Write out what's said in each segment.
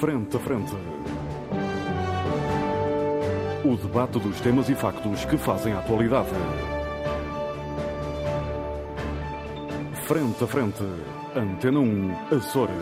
Frente a Frente. O debate dos temas e factos que fazem a atualidade. Frente a Frente. Antena 1, Açores.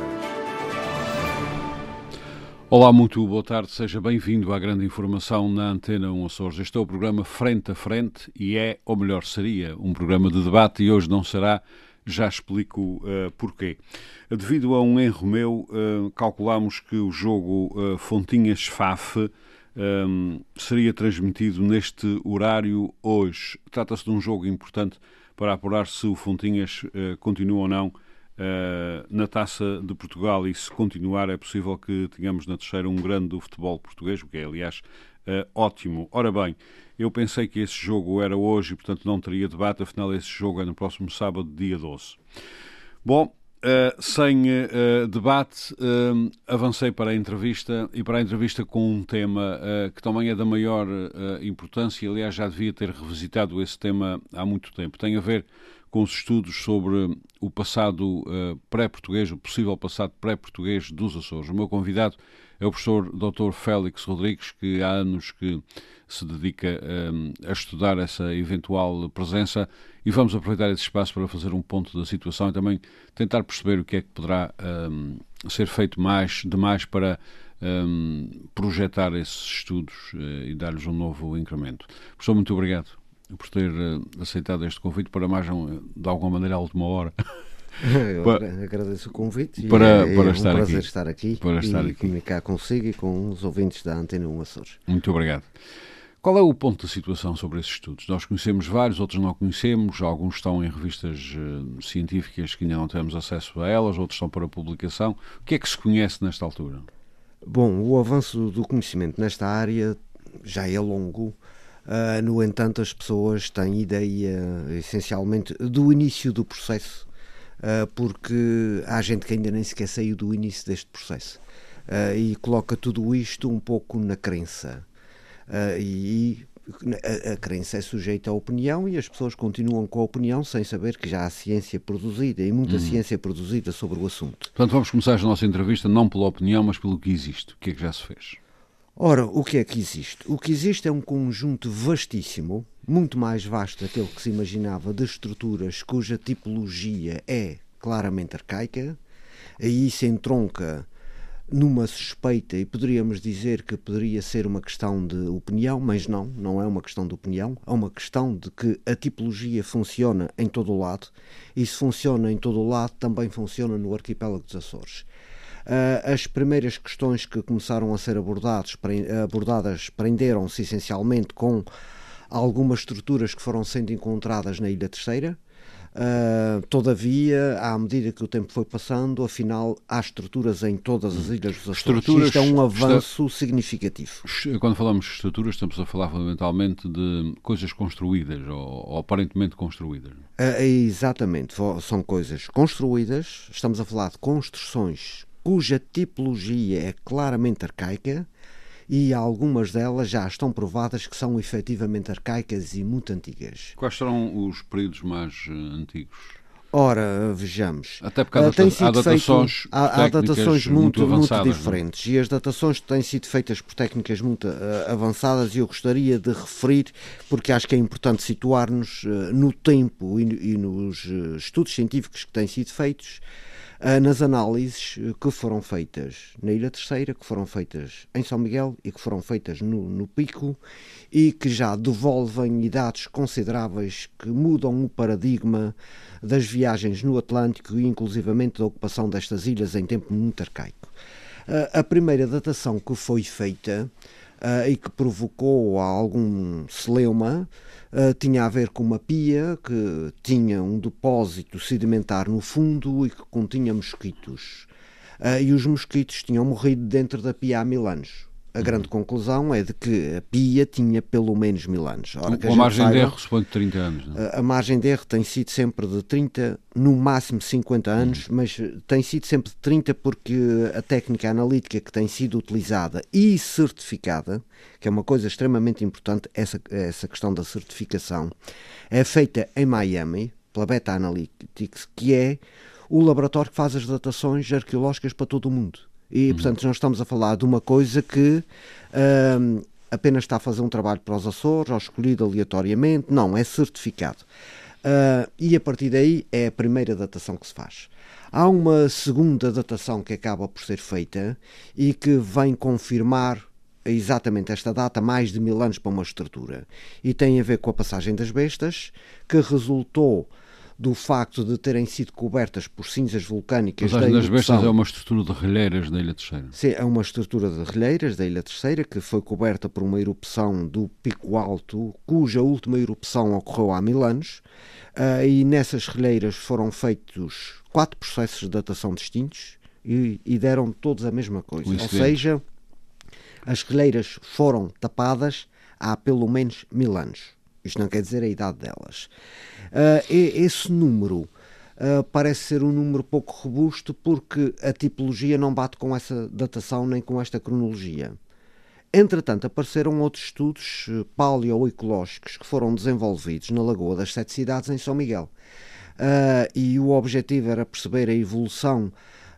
Olá, muito boa tarde. Seja bem-vindo à grande informação na Antena 1 Açores. Este é o programa Frente a Frente e é, ou melhor, seria um programa de debate e hoje não será. Já explico porquê. Devido a um erro meu, calculámos que o jogo Fontinhas-FAF seria transmitido neste horário hoje. Trata-se de um jogo importante para apurar se o Fontinhas continua ou não na Taça de Portugal, e se continuar é possível que tenhamos na terceira um grande do futebol português, o que é, aliás, ótimo. Ora bem, eu pensei que esse jogo era hoje e, portanto, não teria debate, afinal esse jogo é no próximo sábado, dia 12. Bom, sem debate, avancei para a entrevista, e para a entrevista com um tema que também é da maior importância, aliás já devia ter revisitado esse tema há muito tempo. Tem a ver com os estudos sobre o passado pré-português, o possível passado pré-português dos Açores. O meu convidado é o professor Dr. Félix Rodrigues, que há anos que se dedica a estudar essa eventual presença, e vamos aproveitar esse espaço para fazer um ponto da situação e também tentar perceber o que é que poderá ser feito demais para projetar esses estudos e dar-lhes um novo incremento. Professor, muito obrigado por ter aceitado este convite para mais, de alguma maneira, à última hora. Eu agradeço o convite para é um estar prazer aqui. estar aqui Para comunicar consigo e com os ouvintes da Antena 1 Açores. Muito obrigado. Qual é o ponto da situação sobre esses estudos? Nós conhecemos vários, outros não conhecemos, alguns estão em revistas científicas que ainda não temos acesso a elas, outros estão para publicação. O que é que se conhece nesta altura? Bom, o avanço do conhecimento nesta área já é longo. No entanto, as pessoas têm ideia, essencialmente, do início do processo, porque há gente que ainda nem sequer saiu do início deste processo e coloca tudo isto um pouco na crença. E a crença é sujeita à opinião e as pessoas continuam com a opinião sem saber que já há ciência produzida e muita ciência produzida sobre o assunto. Portanto, vamos começar a nossa entrevista não pela opinião, mas pelo que existe. O que é que já se fez? Ora, o que é que existe? O que existe é um conjunto vastíssimo, muito mais vasto daquele que se imaginava, de estruturas cuja tipologia é claramente arcaica. Aí se entronca numa suspeita, e poderíamos dizer que poderia ser uma questão de opinião, mas não é uma questão de opinião, é uma questão de que a tipologia funciona em todo o lado, e se funciona em todo o lado, também funciona no arquipélago dos Açores. As primeiras questões que começaram a ser abordadas prenderam-se essencialmente com algumas estruturas que foram sendo encontradas na Ilha Terceira. Todavia, à medida que o tempo foi passando, afinal, há estruturas em todas as ilhas dos Açores. Isto é um avanço significativo. Quando falamos de estruturas, estamos a falar fundamentalmente de coisas construídas ou aparentemente construídas. Exatamente, são coisas construídas. Estamos a falar de construções cuja tipologia é claramente arcaica, e algumas delas já estão provadas que são efetivamente arcaicas e muito antigas. Quais serão os períodos mais antigos? Ora, vejamos. Até porque há datações muito diferentes, não? E as datações têm sido feitas por técnicas muito avançadas, e eu gostaria de referir, porque acho que é importante situar-nos no tempo e nos estudos científicos que têm sido feitos, nas análises que foram feitas na Ilha Terceira, que foram feitas em São Miguel e que foram feitas no Pico, e que já devolvem idades consideráveis que mudam o paradigma das viagens no Atlântico e inclusivamente da ocupação destas ilhas em tempo muito arcaico. A primeira datação que foi feita e que provocou algum celeuma tinha a ver com uma pia que tinha um depósito sedimentar no fundo e que continha mosquitos. E os mosquitos tinham morrido dentro da pia há 1000 anos. A grande conclusão é de que a pia tinha pelo menos 1000 anos. A margem de erro suponho de 30 anos. Não? A margem de erro tem sido sempre de 30, no máximo 50 anos, mas tem sido sempre de 30 porque a técnica analítica que tem sido utilizada e certificada, que é uma coisa extremamente importante, essa questão da certificação, é feita em Miami, pela Beta Analytics, que é o laboratório que faz as datações arqueológicas para todo o mundo. E, portanto, não estamos a falar de uma coisa que apenas está a fazer um trabalho para os Açores, ou escolhido aleatoriamente. Não, é certificado. E a partir daí é a primeira datação que se faz. Há uma segunda datação que acaba por ser feita e que vem confirmar exatamente esta data, mais de 1000 anos para uma estrutura. E tem a ver com a passagem das bestas, que resultou do facto de terem sido cobertas por cinzas vulcânicas da erupção. As bestas é uma estrutura de relheiras da Ilha Terceira. Sim, é uma estrutura de relheiras da Ilha Terceira que foi coberta por uma erupção do Pico Alto, cuja última erupção ocorreu há 1000 anos. E nessas relheiras foram feitos 4 processos de datação distintos e deram todos a mesma coisa. Ou seja, as relheiras foram tapadas há pelo menos 1000 anos. Isto não quer dizer a idade delas. Esse número parece ser um número pouco robusto porque a tipologia não bate com essa datação nem com esta cronologia. Entretanto, apareceram outros estudos paleoecológicos que foram desenvolvidos na Lagoa das Sete Cidades, em São Miguel. E o objetivo era perceber a evolução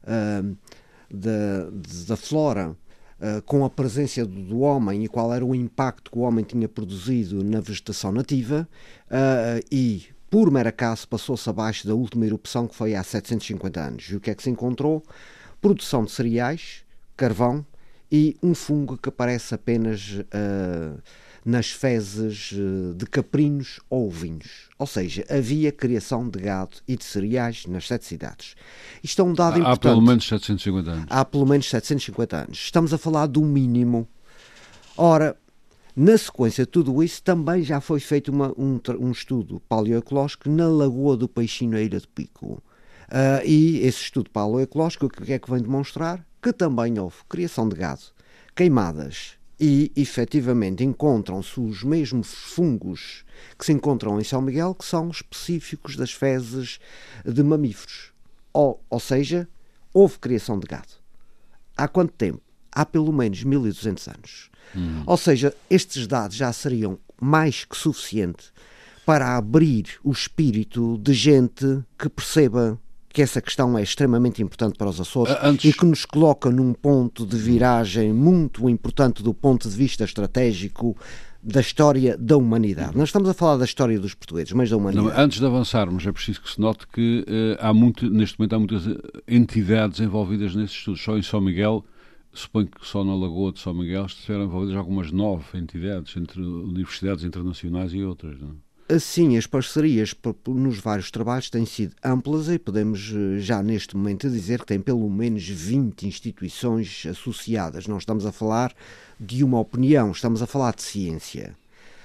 da flora com a presença do homem e qual era o impacto que o homem tinha produzido na vegetação nativa, e por mero acaso passou-se abaixo da última erupção, que foi há 750 anos. E o que é que se encontrou? Produção de cereais, carvão e um fungo que aparece apenas nas fezes de caprinos ou ovinos. Ou seja, havia criação de gado e de cereais nas 7 cidades. Isto é um dado importante. Há pelo menos 750 anos. Há pelo menos 750 anos. Estamos a falar do mínimo. Ora, na sequência de tudo isso, também já foi feito um estudo paleoecológico na Lagoa do Peixinho, na Ilha do Pico. E esse estudo paleoecológico, o que é que vem demonstrar? Que também houve criação de gado, queimadas, e efetivamente encontram-se os mesmos fungos que se encontram em São Miguel, que são específicos das fezes de mamíferos. Ou seja, houve criação de gado. Há quanto tempo? Há pelo menos 1200 anos. Ou seja, estes dados já seriam mais que suficiente para abrir o espírito de gente que perceba que essa questão é extremamente importante para os Açores e que nos coloca num ponto de viragem muito importante do ponto de vista estratégico da história da humanidade. Não estamos a falar da história dos portugueses, mas da humanidade. Não, antes de avançarmos, é preciso que se note que neste momento há muitas entidades envolvidas nesses estudos. Só em São Miguel, suponho que só na Lagoa de São Miguel estiveram envolvidas algumas 9 entidades, entre universidades internacionais e outras, não é? Assim, as parcerias nos vários trabalhos têm sido amplas e podemos já neste momento dizer que tem pelo menos 20 instituições associadas. Não estamos a falar de uma opinião, estamos a falar de ciência.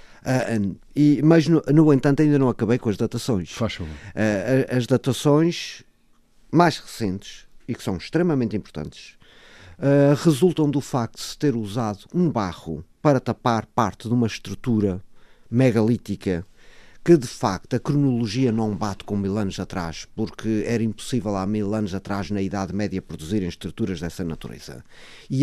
Mas, no entanto, ainda não acabei com as datações. Faz favor. As datações mais recentes, e que são extremamente importantes, resultam do facto de se ter usado um barro para tapar parte de uma estrutura megalítica que de facto a cronologia não bate com 1000 anos atrás, porque era impossível há 1000 anos atrás na Idade Média produzirem estruturas dessa natureza. E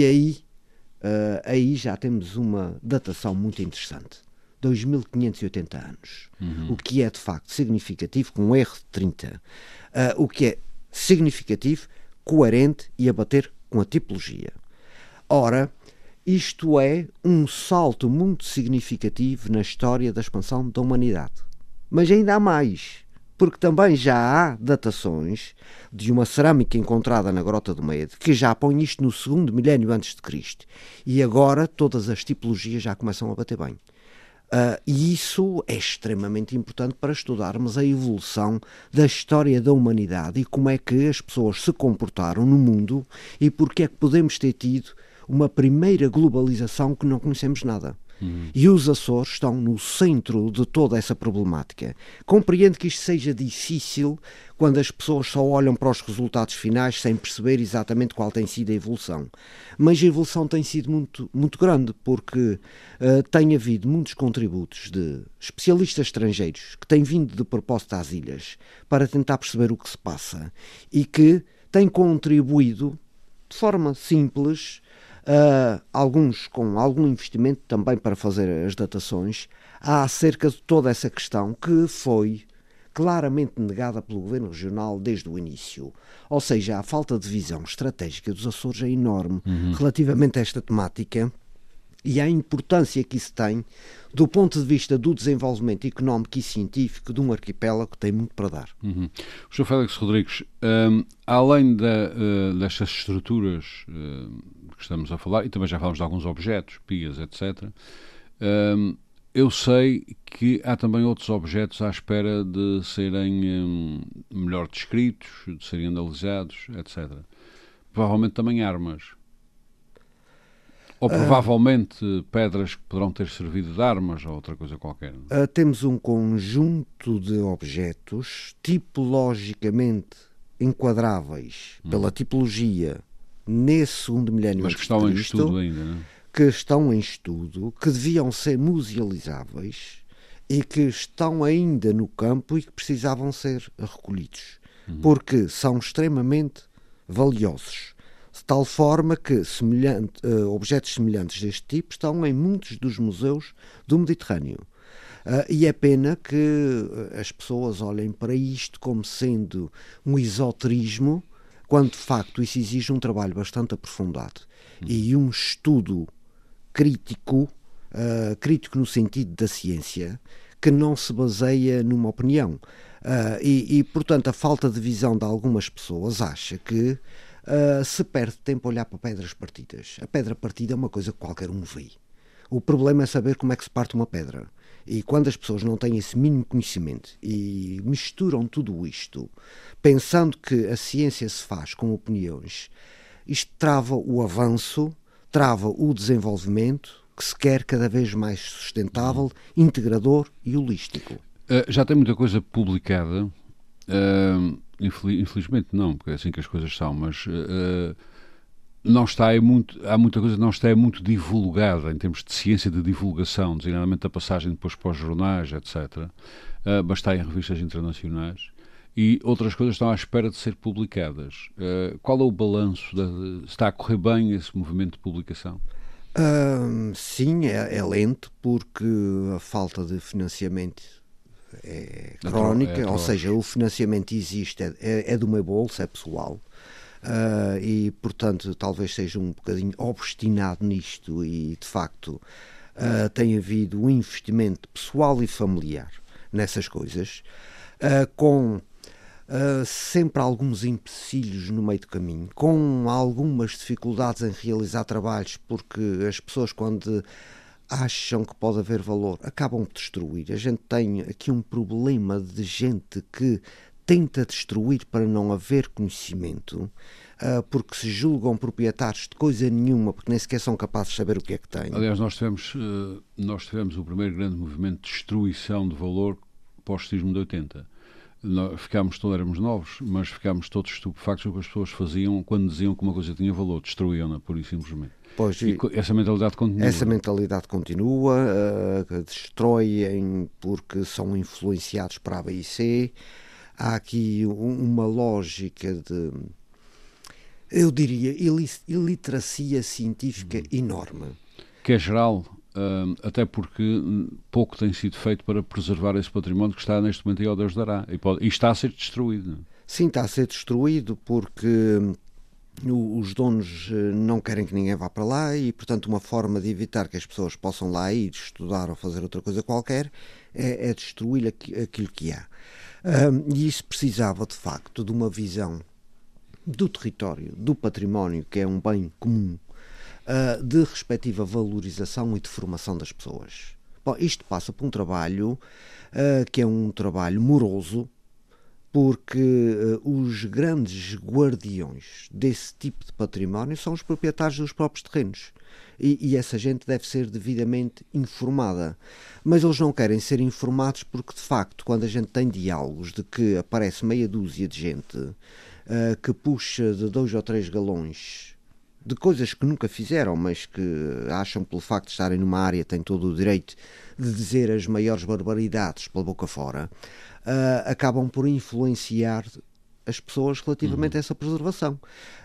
aí já temos uma datação muito interessante. 2580 anos. O que é de facto significativo, com um erro de 30. O que é significativo, coerente e a bater com a tipologia. Ora, isto é um salto muito significativo na história da expansão da humanidade. Mas ainda há mais, porque também já há datações de uma cerâmica encontrada na Grota do Medo, que já põe isto no 2º milénio antes de Cristo. E agora todas as tipologias já começam a bater bem. E isso é extremamente importante para estudarmos a evolução da história da humanidade e como é que as pessoas se comportaram no mundo e porque é que podemos ter tido uma primeira globalização que não conhecemos nada. E os Açores estão no centro de toda essa problemática. Compreendo que isto seja difícil quando as pessoas só olham para os resultados finais sem perceber exatamente qual tem sido a evolução. Mas a evolução tem sido muito, muito grande, porque tem havido muitos contributos de especialistas estrangeiros que têm vindo de propósito às ilhas para tentar perceber o que se passa e que têm contribuído de forma simples, alguns com algum investimento também para fazer as datações, acerca de toda essa questão que claramente negada pelo Governo Regional desde o início. Ou seja, a falta de visão estratégica dos Açores é enorme relativamente a esta temática e à importância que isso tem do ponto de vista do desenvolvimento económico e científico de um arquipélago que tem muito para dar. O Sr. Félix Rodrigues, além destas estruturas que estamos a falar, e também já falamos de alguns objetos, pias, etc., eu sei que há também outros objetos à espera de serem melhor descritos, de serem analisados, etc. Provavelmente também armas. Ou provavelmente pedras que poderão ter servido de armas ou outra coisa qualquer. Temos um conjunto de objetos tipologicamente enquadráveis pela tipologia nesse segundo milénio mas que estão em estudo ainda, não é? Que estão em estudo, que deviam ser musealizáveis e que estão ainda no campo e que precisavam ser recolhidos, porque são extremamente valiosos. De tal forma que objetos semelhantes deste tipo estão em muitos dos museus do Mediterrâneo. E é pena que as pessoas olhem para isto como sendo um esoterismo, quando de facto isso exige um trabalho bastante aprofundado e um estudo crítico no sentido da ciência, que não se baseia numa opinião. Portanto, a falta de visão de algumas pessoas acha que se perde tempo a olhar para pedras partidas. A pedra partida é uma coisa que qualquer um vê. O problema é saber como é que se parte uma pedra. E quando as pessoas não têm esse mínimo conhecimento e misturam tudo isto, pensando que a ciência se faz com opiniões, isto trava o avanço, trava o desenvolvimento que se quer cada vez mais sustentável, integrador e holístico. Já tem muita coisa publicada, infelizmente não, porque é assim que as coisas são, mas não está há muita coisa que não está muito divulgada em termos de ciência de divulgação, designadamente a passagem depois para os jornais, etc. Basta em revistas internacionais. E outras coisas estão à espera de ser publicadas. Qual é o balanço? Está a correr bem esse movimento de publicação? Sim, é lento, porque a falta de financiamento é crónica, ou seja, o financiamento existe, é do meu bolso, é pessoal. E, portanto, talvez seja um bocadinho obstinado nisto e, de facto, tem havido um investimento pessoal e familiar nessas coisas, com sempre alguns empecilhos no meio do caminho, com algumas dificuldades em realizar trabalhos, porque as pessoas, quando acham que pode haver valor, acabam por destruir. A gente tem aqui um problema de gente que tenta destruir para não haver conhecimento, porque se julgam proprietários de coisa nenhuma, porque nem sequer são capazes de saber o que é que têm. Aliás, nós tivemos o primeiro grande movimento de destruição de valor pós-sismo de 80. Éramos novos, mas ficámos todos estupefactos com o que as pessoas faziam quando diziam que uma coisa tinha valor, destruíam-na, pura e simplesmente. Pois, e essa mentalidade continua. Essa mentalidade continua, destroem porque são influenciados para A, B e C. Há aqui uma lógica de, eu diria, iliteracia científica enorme. Que é geral, até porque pouco tem sido feito para preservar esse património que está neste momento aí ao Deus dará. E está a ser destruído. Sim, está a ser destruído porque os donos não querem que ninguém vá para lá e, portanto, uma forma de evitar que as pessoas possam lá ir estudar ou fazer outra coisa qualquer é destruir aquilo que há. E isso precisava, de facto, de uma visão do território, do património, que é um bem comum, de respectiva valorização e de formação das pessoas. Bom, isto passa por um trabalho que é um trabalho moroso, porque os grandes guardiões desse tipo de património são os proprietários dos próprios terrenos. E essa gente deve ser devidamente informada. Mas eles não querem ser informados porque, de facto, quando a gente tem diálogos de que aparece meia dúzia de gente que puxa de 2 ou 3 galões de coisas que nunca fizeram, mas que acham, pelo facto de estarem numa área, têm todo o direito de dizer as maiores barbaridades pela boca fora, acabam por influenciar as pessoas relativamente a essa preservação.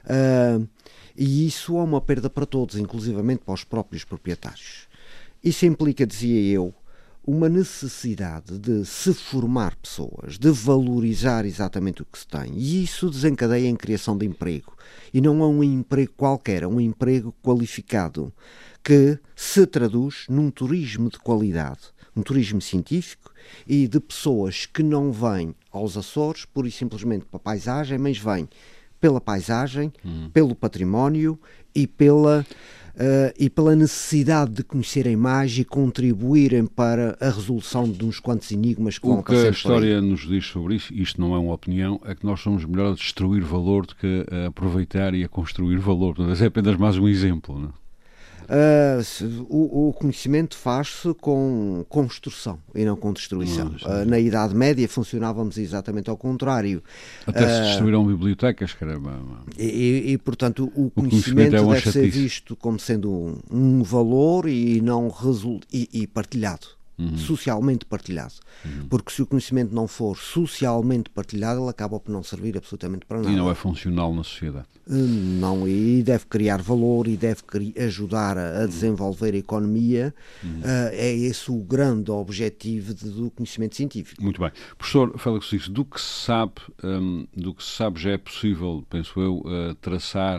E isso é uma perda para todos, inclusivamente para os próprios proprietários. Isso implica, dizia eu, uma necessidade de se formar pessoas, de valorizar exatamente o que se tem. E isso desencadeia em criação de emprego. E não é um emprego qualquer, é um emprego qualificado, que se traduz num turismo de qualidade, um turismo científico e de pessoas que não vêm aos Açores pura e simplesmente para a paisagem, mas vêm pela paisagem, pelo património e pela necessidade de conhecerem mais e contribuírem para a resolução de uns quantos enigmas que vão aparecer. O que a história nos diz sobre isso, isto não é uma opinião, é que nós somos melhor a destruir valor do que a aproveitar e a construir valor. Portanto, é apenas mais um exemplo, não é? O conhecimento faz-se com construção e não com destruição. Na Idade Média funcionávamos exatamente ao contrário. Até se destruíram bibliotecas, caramba. E portanto, o conhecimento deve ser visto como sendo um valor e não e partilhado. Socialmente partilhado. Porque se o conhecimento não for socialmente partilhado, ele acaba por não servir absolutamente para nada. E não é funcional na sociedade. Não, e deve criar valor e deve ajudar a desenvolver a economia. É esse o grande objetivo do conhecimento científico. Muito bem. Professor Félix Rodrigues, do que se sabe já é possível, penso eu, traçar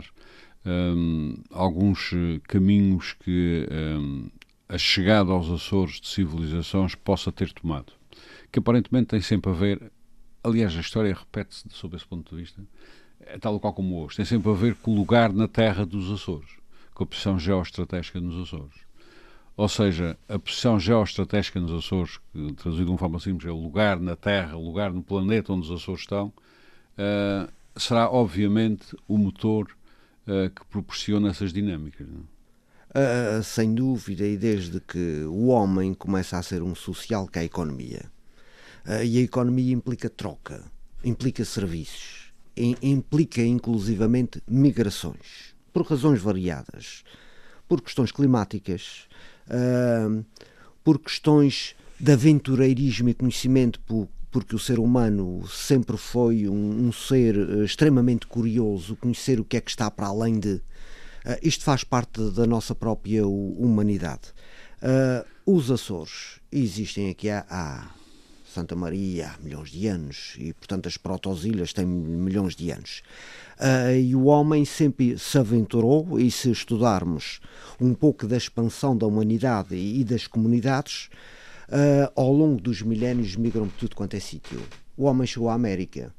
alguns caminhos que a chegada aos Açores de civilizações possa ter tomado, que aparentemente tem sempre a ver, aliás a história repete-se sob esse ponto de vista, é tal ou qual como hoje, tem sempre a ver com o lugar na terra dos Açores, com a posição geoestratégica nos Açores. Ou seja, a posição geoestratégica nos Açores, que, traduzido de uma forma simples, é o lugar na terra, o lugar no planeta onde os Açores estão, será obviamente o motor que proporciona essas dinâmicas, não é? Sem dúvida, e desde que o homem começa a ser um social que é a economia. E a economia implica troca, implica serviços, implica inclusivamente migrações, por razões variadas, por questões climáticas, por questões de aventureirismo e conhecimento, porque o ser humano sempre foi um ser extremamente curioso, conhecer o que é que está para além de... Isto faz parte da nossa própria humanidade. Os Açores existem aqui há Santa Maria há milhões de anos e, portanto, as protosilhas têm milhões de anos. E o homem sempre se aventurou, e se estudarmos um pouco da expansão da humanidade e das comunidades, ao longo dos milénios migram por tudo quanto é sítio. O homem chegou à América.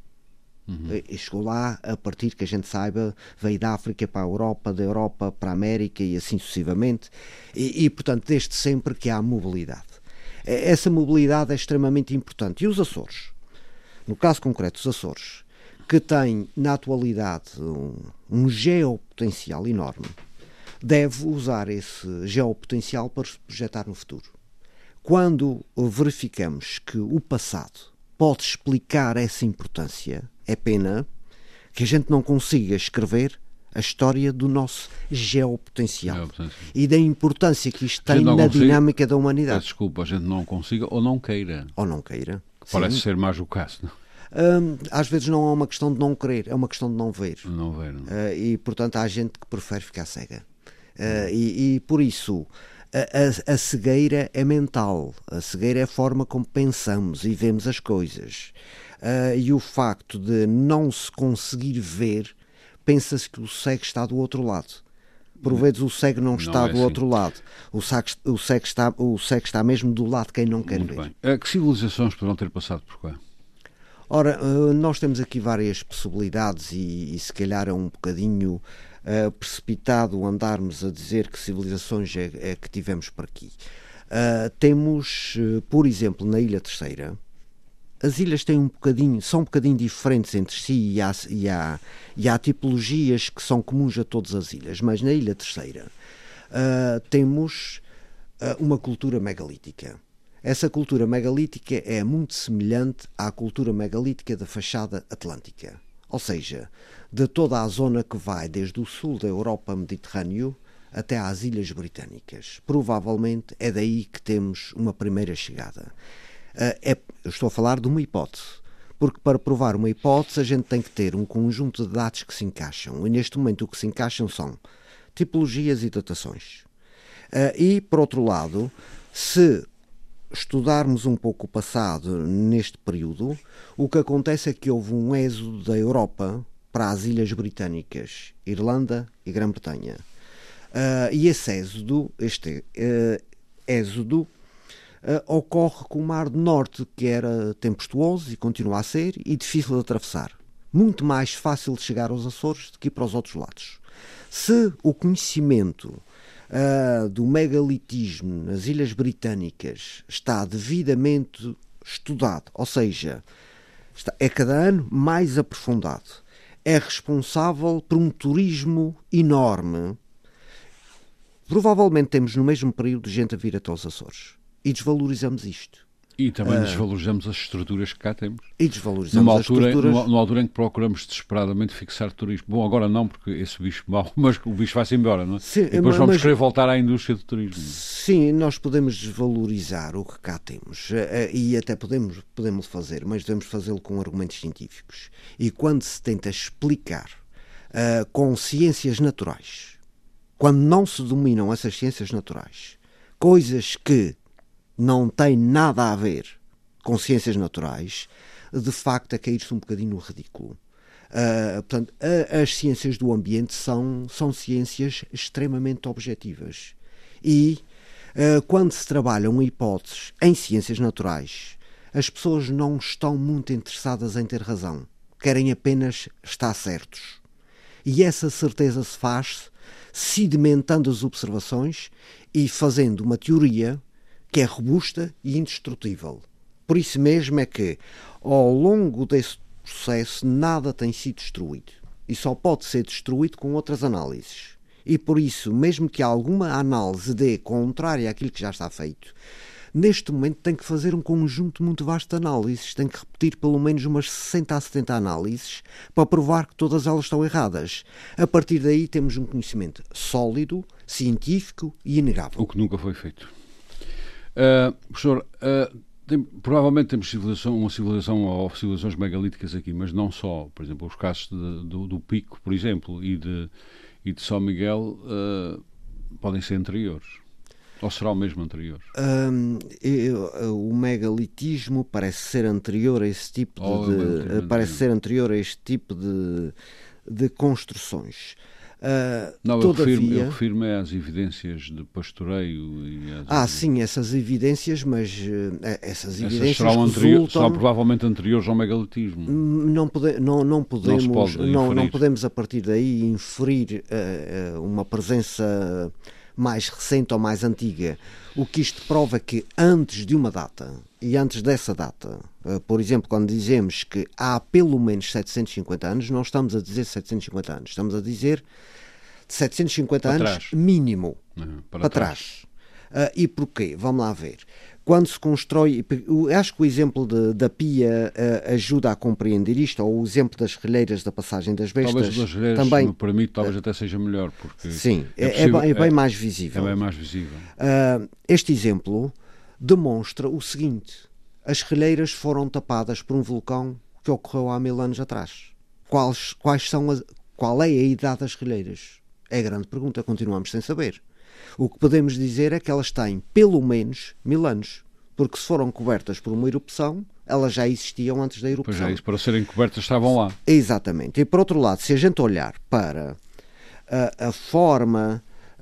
E chegou lá, a partir que a gente saiba, veio da África para a Europa, da Europa para a América e assim sucessivamente, e portanto desde sempre que há mobilidade. Essa mobilidade é extremamente importante. E os Açores, no caso concreto os Açores, que têm na atualidade um geopotencial enorme, deve usar esse geopotencial para se projetar no futuro. Quando verificamos que o passado pode explicar essa importância, é pena que a gente não consiga escrever a história do nosso geopotencial e da importância que isto tem na dinâmica da humanidade. Desculpa, a gente não consiga ou não queira. Ou não queira. Parece ser mais o caso, não? Às vezes não é uma questão de não querer, é uma questão de não ver. Não ver, não. E portanto há gente que prefere ficar cega. E por isso a cegueira é mental, a cegueira é a forma como pensamos e vemos as coisas. E o facto de não se conseguir ver, pensa-se que o cego está do outro lado. Por vezes o cego não está do outro lado. O cego está mesmo do lado de quem não quer ver. Muito bem. Que civilizações poderão ter passado por cá? Ora, nós temos aqui várias possibilidades e se calhar é um bocadinho precipitado andarmos a dizer que civilizações é que tivemos por aqui. Temos, por exemplo, na Ilha Terceira, as ilhas são um bocadinho diferentes entre si e há tipologias que são comuns a todas as ilhas, mas na Ilha Terceira temos uma cultura megalítica. Essa cultura megalítica é muito semelhante à cultura megalítica da fachada atlântica. Ou seja, de toda a zona que vai desde o sul da Europa Mediterrâneo até às Ilhas Britânicas. Provavelmente é daí que temos uma primeira chegada. Eu estou a falar de uma hipótese, porque para provar uma hipótese a gente tem que ter um conjunto de dados que se encaixam, e neste momento o que se encaixam são tipologias e datações. E, por outro lado, se estudarmos um pouco o passado neste período, o que acontece é que houve um êxodo da Europa para as Ilhas Britânicas, Irlanda e Grã-Bretanha. E esse êxodo ocorre com o Mar do Norte, que era tempestuoso e continua a ser, e difícil de atravessar. Muito mais fácil de chegar aos Açores do que ir para os outros lados. Se o conhecimento do megalitismo nas Ilhas Britânicas está devidamente estudado, ou seja, é cada ano mais aprofundado, é responsável por um turismo enorme. Provavelmente temos no mesmo período gente a vir até os Açores e desvalorizamos isto. E também desvalorizamos as estruturas que cá temos. E desvalorizamos as estruturas. Numa altura em que procuramos desesperadamente fixar turismo. Bom, agora não, porque esse bicho mau, mas o bicho vai-se embora, não é? Sim, e depois vamos querer voltar à indústria do turismo. Sim, nós podemos desvalorizar o que cá temos e até podemos fazer, mas devemos fazê-lo com argumentos científicos. E quando se tenta explicar com ciências naturais, quando não se dominam essas ciências naturais, coisas que não têm nada a ver com ciências naturais, de facto é cair-se um bocadinho no ridículo. Portanto, as ciências do ambiente são ciências extremamente objetivas. E quando se trabalham hipóteses em ciências naturais, as pessoas não estão muito interessadas em ter razão. Querem apenas estar certos. E essa certeza se faz sedimentando as observações e fazendo uma teoria que é robusta e indestrutível. Por isso mesmo é que, ao longo desse processo, nada tem sido destruído. E só pode ser destruído com outras análises. E por isso, mesmo que alguma análise dê contrária àquilo que já está feito, neste momento tem que fazer um conjunto muito vasto de análises. Tem que repetir pelo menos umas 60 a 70 análises para provar que todas elas estão erradas. A partir daí temos um conhecimento sólido, científico e inegável. O que nunca foi feito. Professor, provavelmente temos uma civilização ou civilizações megalíticas aqui, mas não só. Por exemplo, os casos do Pico, por exemplo, e de São Miguel podem ser anteriores. Ou será o mesmo anterior? O megalitismo parece ser anterior a esse tipo de construções. Não, todavia... eu refiro-me às evidências de pastoreio e sim, essas evidências, mas essas evidências serão provavelmente anteriores ao megalitismo. Não podemos a partir daí inferir uma presença mais recente ou mais antiga. O que isto prova é que antes de uma data, e antes dessa data, por exemplo, quando dizemos que há pelo menos 750 anos, não estamos a dizer 750 anos, estamos a dizer 750 anos trás. Mínimo para trás. E porquê? Vamos lá ver. Quando se constrói, acho que o exemplo da pia ajuda a compreender isto, ou o exemplo das relheiras da passagem das bestas. Talvez das relheiras, também, se me permite, talvez até seja melhor. Porque sim, é bem mais visível. É bem mais visível. Este exemplo demonstra o seguinte: as relheiras foram tapadas por um vulcão que ocorreu há 1000 anos atrás. Qual é a idade das relheiras? É a grande pergunta, continuamos sem saber. O que podemos dizer é que elas têm pelo menos 1000 anos, porque se foram cobertas por uma erupção, elas já existiam antes da erupção. Pois é, isso, para serem cobertas estavam lá. Exatamente. E por outro lado, se a gente olhar para a forma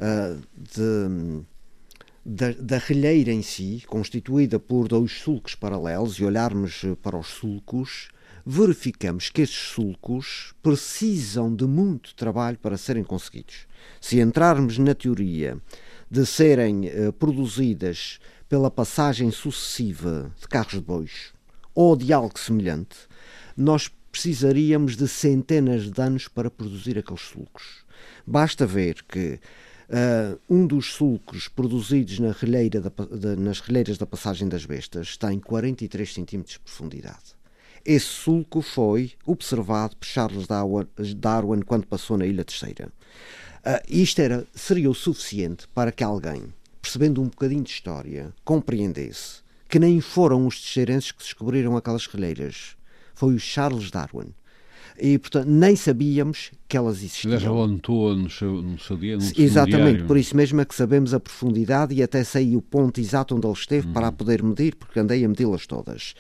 da relheira em si, constituída por 2 sulcos paralelos, e olharmos para os sulcos, verificamos que estes sulcos precisam de muito trabalho para serem conseguidos. Se entrarmos na teoria de serem produzidas pela passagem sucessiva de carros de bois ou de algo semelhante, nós precisaríamos de centenas de anos para produzir aqueles sulcos. Basta ver que um dos sulcos produzidos nas relheiras da passagem das bestas tem 43 cm de profundidade. Esse sulco foi observado por Charles Darwin quando passou na Ilha Terceira. Isto seria o suficiente para que alguém, percebendo um bocadinho de história, compreendesse que nem foram os terceirenses que descobriram aquelas relheiras. Foi o Charles Darwin. E, portanto, nem sabíamos que elas existiam. Aliás, ela anotou no seu dia, no Exatamente, diário. por isso mesmo é que sabemos a profundidade e até sei o ponto exato onde ele esteve para a poder medir, porque andei a medi-las todas.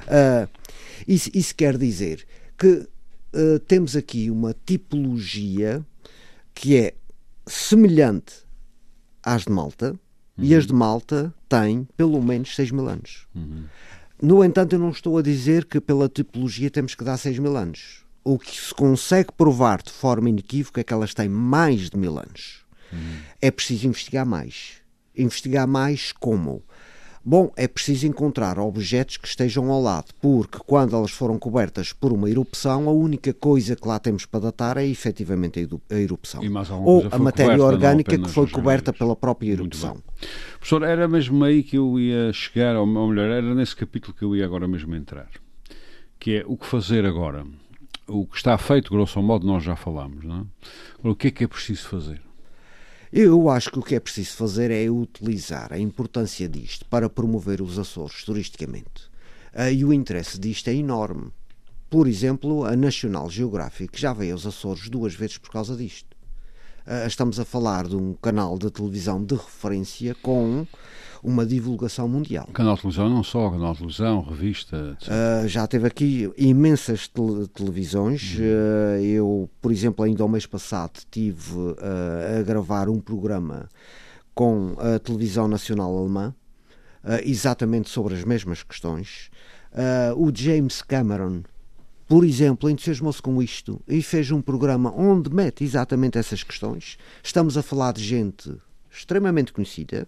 Isso quer dizer que temos aqui uma tipologia que é semelhante às de Malta, e as de Malta têm pelo menos 6.000 anos. No entanto, eu não estou a dizer que pela tipologia temos que dar 6.000 anos. O que se consegue provar de forma inequívoca é que elas têm mais de 1.000 anos. É preciso investigar mais. Investigar mais como? Bom, é preciso encontrar objetos que estejam ao lado, porque quando elas foram cobertas por uma erupção, a única coisa que lá temos para datar é efetivamente a erupção. Ou a matéria orgânica que foi coberta pela própria erupção. Professor, era mesmo aí que eu ia chegar, ou melhor, era nesse capítulo que eu ia agora mesmo entrar, que é o que fazer agora. O que está feito, grosso modo, nós já falámos, não é? O que é preciso fazer? Eu acho que o que é preciso fazer é utilizar a importância disto para promover os Açores turisticamente. E o interesse disto é enorme. Por exemplo, a National Geographic já veio aos Açores 2 vezes por causa disto. Estamos a falar de um canal de televisão de referência com uma divulgação mundial. Canal de televisão, não só, canal de televisão, revista, etc. Já teve aqui imensas televisões. Eu, por exemplo, ainda ao mês passado estive a gravar um programa com a televisão nacional alemã, exatamente sobre as mesmas questões. O James Cameron, por exemplo, entusiasmou-se com isto e fez um programa onde mete exatamente essas questões. Estamos a falar de gente extremamente conhecida.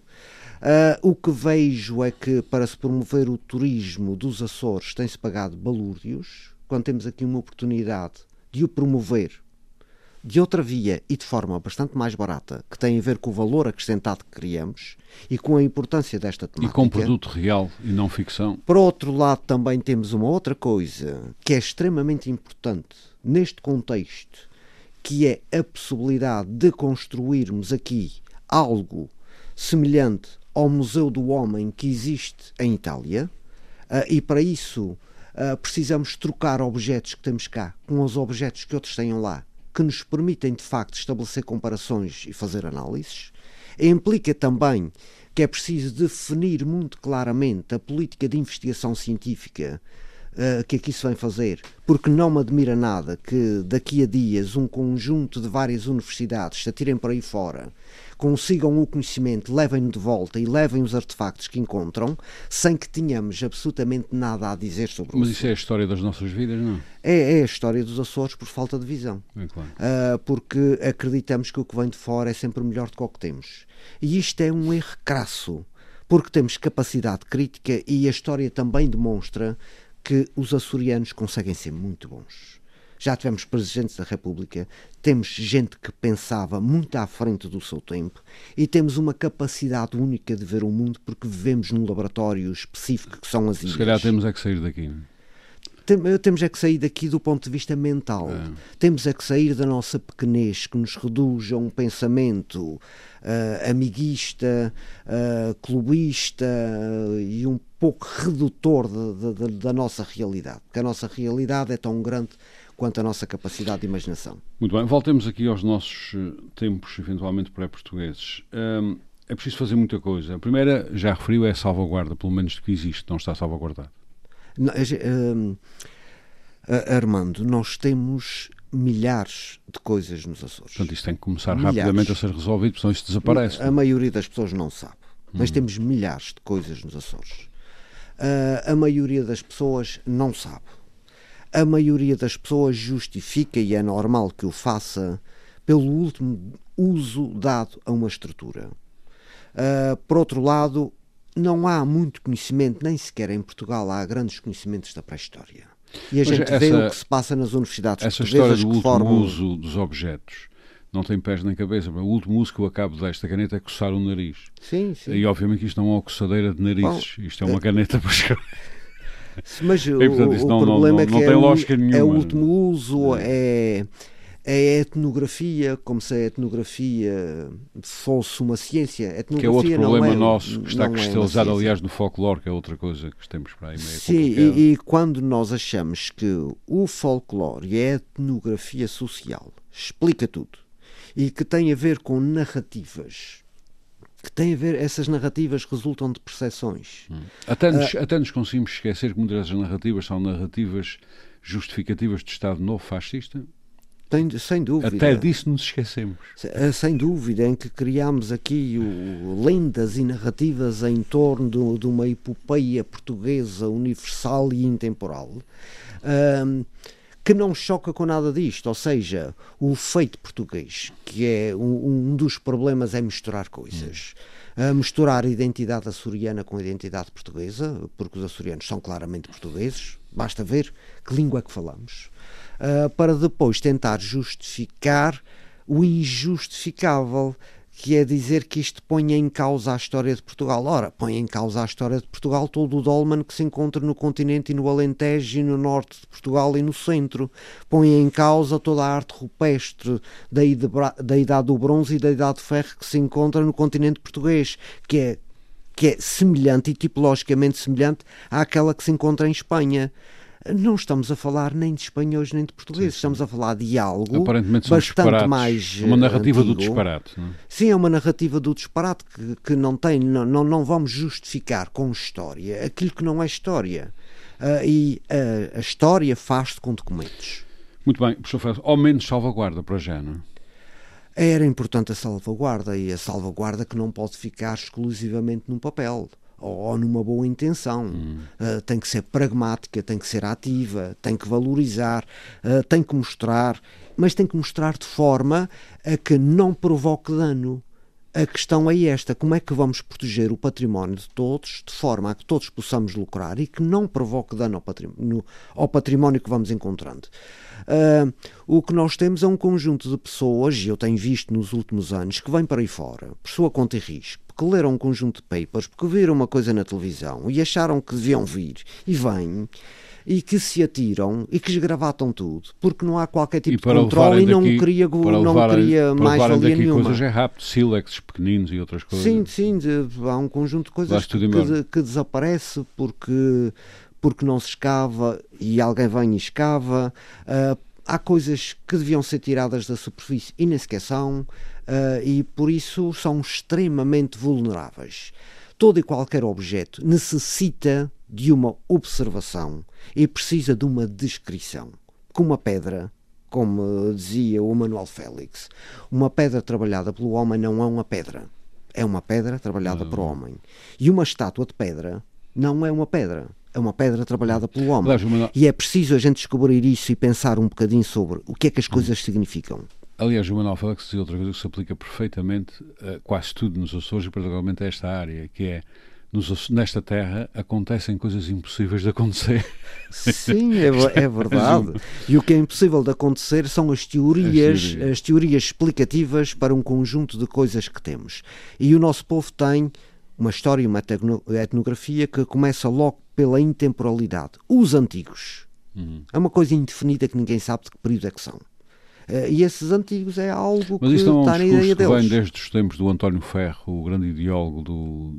O que vejo é que para se promover o turismo dos Açores tem-se pagado balúrdios, quando temos aqui uma oportunidade de o promover de outra via e de forma bastante mais barata, que tem a ver com o valor acrescentado que criamos e com a importância desta temática. E com produto real e não ficção. Por outro lado, também temos uma outra coisa que é extremamente importante neste contexto, que é a possibilidade de construirmos aqui algo semelhante ao Museu do Homem que existe em Itália, e para isso precisamos trocar objetos que temos cá com os objetos que outros tenham lá, que nos permitem de facto estabelecer comparações e fazer análises. Implica também que é preciso definir muito claramente a política de investigação científica que aqui se vem fazer, porque não me admira nada que daqui a dias um conjunto de várias universidades se atirem por aí fora, consigam o conhecimento, levem-no de volta e levem os artefactos que encontram, sem que tenhamos absolutamente nada a dizer sobre o Mas isso é a história das nossas vidas, não? É a história dos Açores por falta de visão. É claro. Porque acreditamos que o que vem de fora é sempre melhor do que o que temos. E isto é um erro crasso, porque temos capacidade crítica e a história também demonstra que os açorianos conseguem ser muito bons. Já tivemos presidentes da República, temos gente que pensava muito à frente do seu tempo e temos uma capacidade única de ver o mundo porque vivemos num laboratório específico que são as ilhas. Se calhar temos é que sair daqui, não é? Temos é que sair daqui do ponto de vista mental. Temos é que sair da nossa pequenez que nos reduz a um pensamento amiguista, clubista e um pouco redutor da nossa realidade. Porque a nossa realidade é tão grande quanto a nossa capacidade de imaginação. Muito bem, voltemos aqui aos nossos tempos, eventualmente pré-portugueses. É preciso fazer muita coisa. A primeira, já referiu, é a salvaguarda, pelo menos do que existe, não está salvaguardado. Armando, nós temos milhares de coisas nos Açores. Portanto, isto tem que começar rapidamente a ser resolvido, porque senão isto desaparece. A maioria das pessoas não sabe, mas temos milhares de coisas nos Açores. A maioria das pessoas não sabe. A maioria das pessoas justifica, e é normal que o faça, pelo último uso dado a uma estrutura. Por outro lado, não há muito conhecimento, nem sequer em Portugal há grandes conhecimentos da pré-história. E a gente vê o que se passa nas universidades portuguesas. Essa história do último uso dos objetos não tem pés nem cabeça. O último uso que eu acabo desta caneta é coçar o nariz. Sim, sim. E obviamente isto não é uma coçadeira de narizes. Isto é uma caneta para escrever. Mas portanto, o problema é que não tem lógica nenhuma. É o último uso, é é a etnografia, como se a etnografia fosse uma ciência. Que é outro problema nosso, que está cristalizado, aliás, no folclore, que é outra coisa que temos para aí meio. Sim, e quando nós achamos que o folclore e a etnografia social explica tudo, e que tem a ver com narrativas, essas narrativas resultam de percepções. Até nos conseguimos esquecer que muitas das narrativas são narrativas justificativas do Estado Novo fascista. Sem dúvida. Até disso nos esquecemos. Sem dúvida, em que criámos aqui lendas e narrativas em torno de uma epopeia portuguesa universal e intemporal, que não choca com nada disto. Ou seja, o feito português, que é um dos problemas, é misturar coisas. Misturar a identidade açoriana com a identidade portuguesa, porque os açorianos são claramente portugueses, basta ver que língua é que falamos. Para depois tentar justificar o injustificável, que é dizer que isto põe em causa a história de Portugal. Ora, põe em causa a história de Portugal todo o dolmen que se encontra no continente e no Alentejo e no norte de Portugal e no centro. Põe em causa toda a arte rupestre da Idade do Bronze e da Idade do Ferro que se encontra no continente português, que é semelhante e tipologicamente semelhante àquela que se encontra em Espanha. Não estamos a falar nem de espanhóis nem de portugueses, estamos a falar de algo bastante mais uma narrativa antigo. Do disparate, não é? Sim, é uma narrativa do disparate que não vamos justificar com história aquilo que não é história. E a história faz-se com documentos. Muito bem, professor Félix, ao menos salvaguarda para já, não é? Era importante a salvaguarda, e a salvaguarda que não pode ficar exclusivamente num papel ou numa boa intenção. Tem que ser pragmática, tem que ser ativa, tem que valorizar, tem que mostrar, mas tem que mostrar de forma a que não provoque dano. A questão é esta: como é que vamos proteger o património de todos de forma a que todos possamos lucrar e que não provoque dano ao património que vamos encontrando? O que nós temos é um conjunto de pessoas, e eu tenho visto nos últimos anos, que vêm para aí fora, por sua conta e risco, que leram um conjunto de papers, porque viram uma coisa na televisão e acharam que deviam vir, e vêm, e que se atiram e que esgravatam tudo, porque não há qualquer tipo de controle e não queria mais-valia nenhuma. Coisas é rápido, sílexes pequeninos e outras coisas. Sim, há um conjunto de coisas que desaparece porque não se escava e alguém vem e escava. Há coisas que deviam ser tiradas da superfície e nem sequer são, e por isso são extremamente vulneráveis. Todo e qualquer objeto necessita de uma observação e precisa de uma descrição. Como uma pedra, como dizia o Manuel Félix, uma pedra trabalhada pelo homem não é uma pedra, é uma pedra trabalhada por homem. E uma estátua de pedra não é uma pedra, é uma pedra trabalhada pelo homem. E é preciso a gente descobrir isso e pensar um bocadinho sobre o que é que as coisas significam. Aliás, o Manuel Félix dizia outra coisa que se aplica perfeitamente a quase tudo nos Açores e particularmente a esta área, que é: nesta terra acontecem coisas impossíveis de acontecer. Sim, é verdade. E o que é impossível de acontecer são as teorias explicativas para um conjunto de coisas que temos. E o nosso povo tem uma história e uma etnografia que começa logo pela intemporalidade. Os antigos. É uma coisa indefinida que ninguém sabe de que período é que são. E esses antigos é algo Mas que está na ideia deles. Vem desde os tempos do António Ferro, o grande ideólogo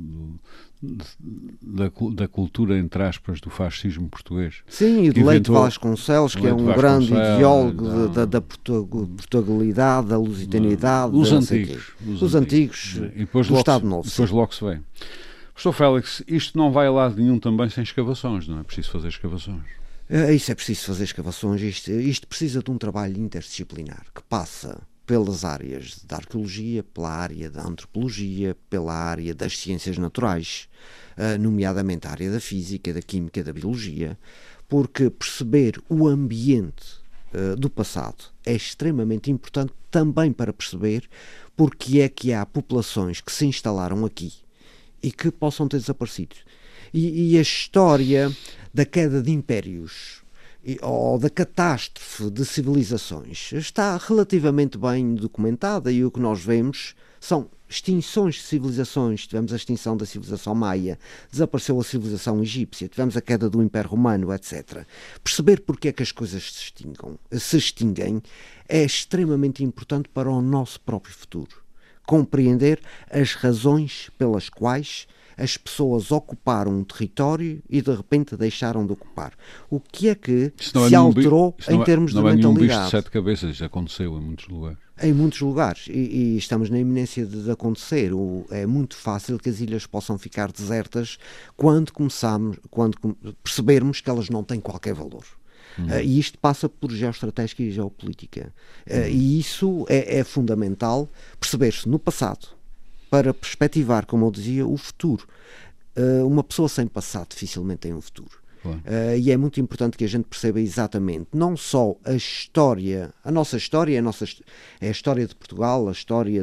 da cultura, entre aspas, do fascismo português. Sim, e de Leite Vasconcelos, que é um grande ideólogo da Portugalidade, da lusitaniedade. Os antigos do Estado Novo. Depois logo se vê. Professor Félix, isto não vai a lado nenhum também sem escavações, não é preciso fazer escavações? Isso é preciso fazer escavações. Isto precisa de um trabalho interdisciplinar que passa pelas áreas da arqueologia, pela área da antropologia, pela área das ciências naturais, nomeadamente a área da física, da química, da biologia, porque perceber o ambiente do passado é extremamente importante também para perceber porque é que há populações que se instalaram aqui e que possam ter desaparecido. E a história da queda de impérios ou da catástrofe de civilizações está relativamente bem documentada, e o que nós vemos são extinções de civilizações. Tivemos a extinção da civilização maia, desapareceu a civilização egípcia, tivemos a queda do Império Romano, etc. Perceber porque é que as coisas se extinguem é extremamente importante para o nosso próprio futuro. Compreender as razões pelas quais as pessoas ocuparam um território e de repente deixaram de ocupar. O que é que se alterou em termos de mentalidade? Não é nenhum bicho de 7 cabeças, isso aconteceu em muitos lugares. Em muitos lugares, e estamos na iminência de acontecer. É muito fácil que as ilhas possam ficar desertas quando percebermos que elas não têm qualquer valor. E isto passa por geoestratégia e geopolítica. E isso é fundamental perceber-se no passado para perspectivar, como eu dizia, o futuro. Uma pessoa sem passado dificilmente tem um futuro. E é muito importante que a gente perceba exatamente não só a história, a nossa história, é a história de Portugal, a história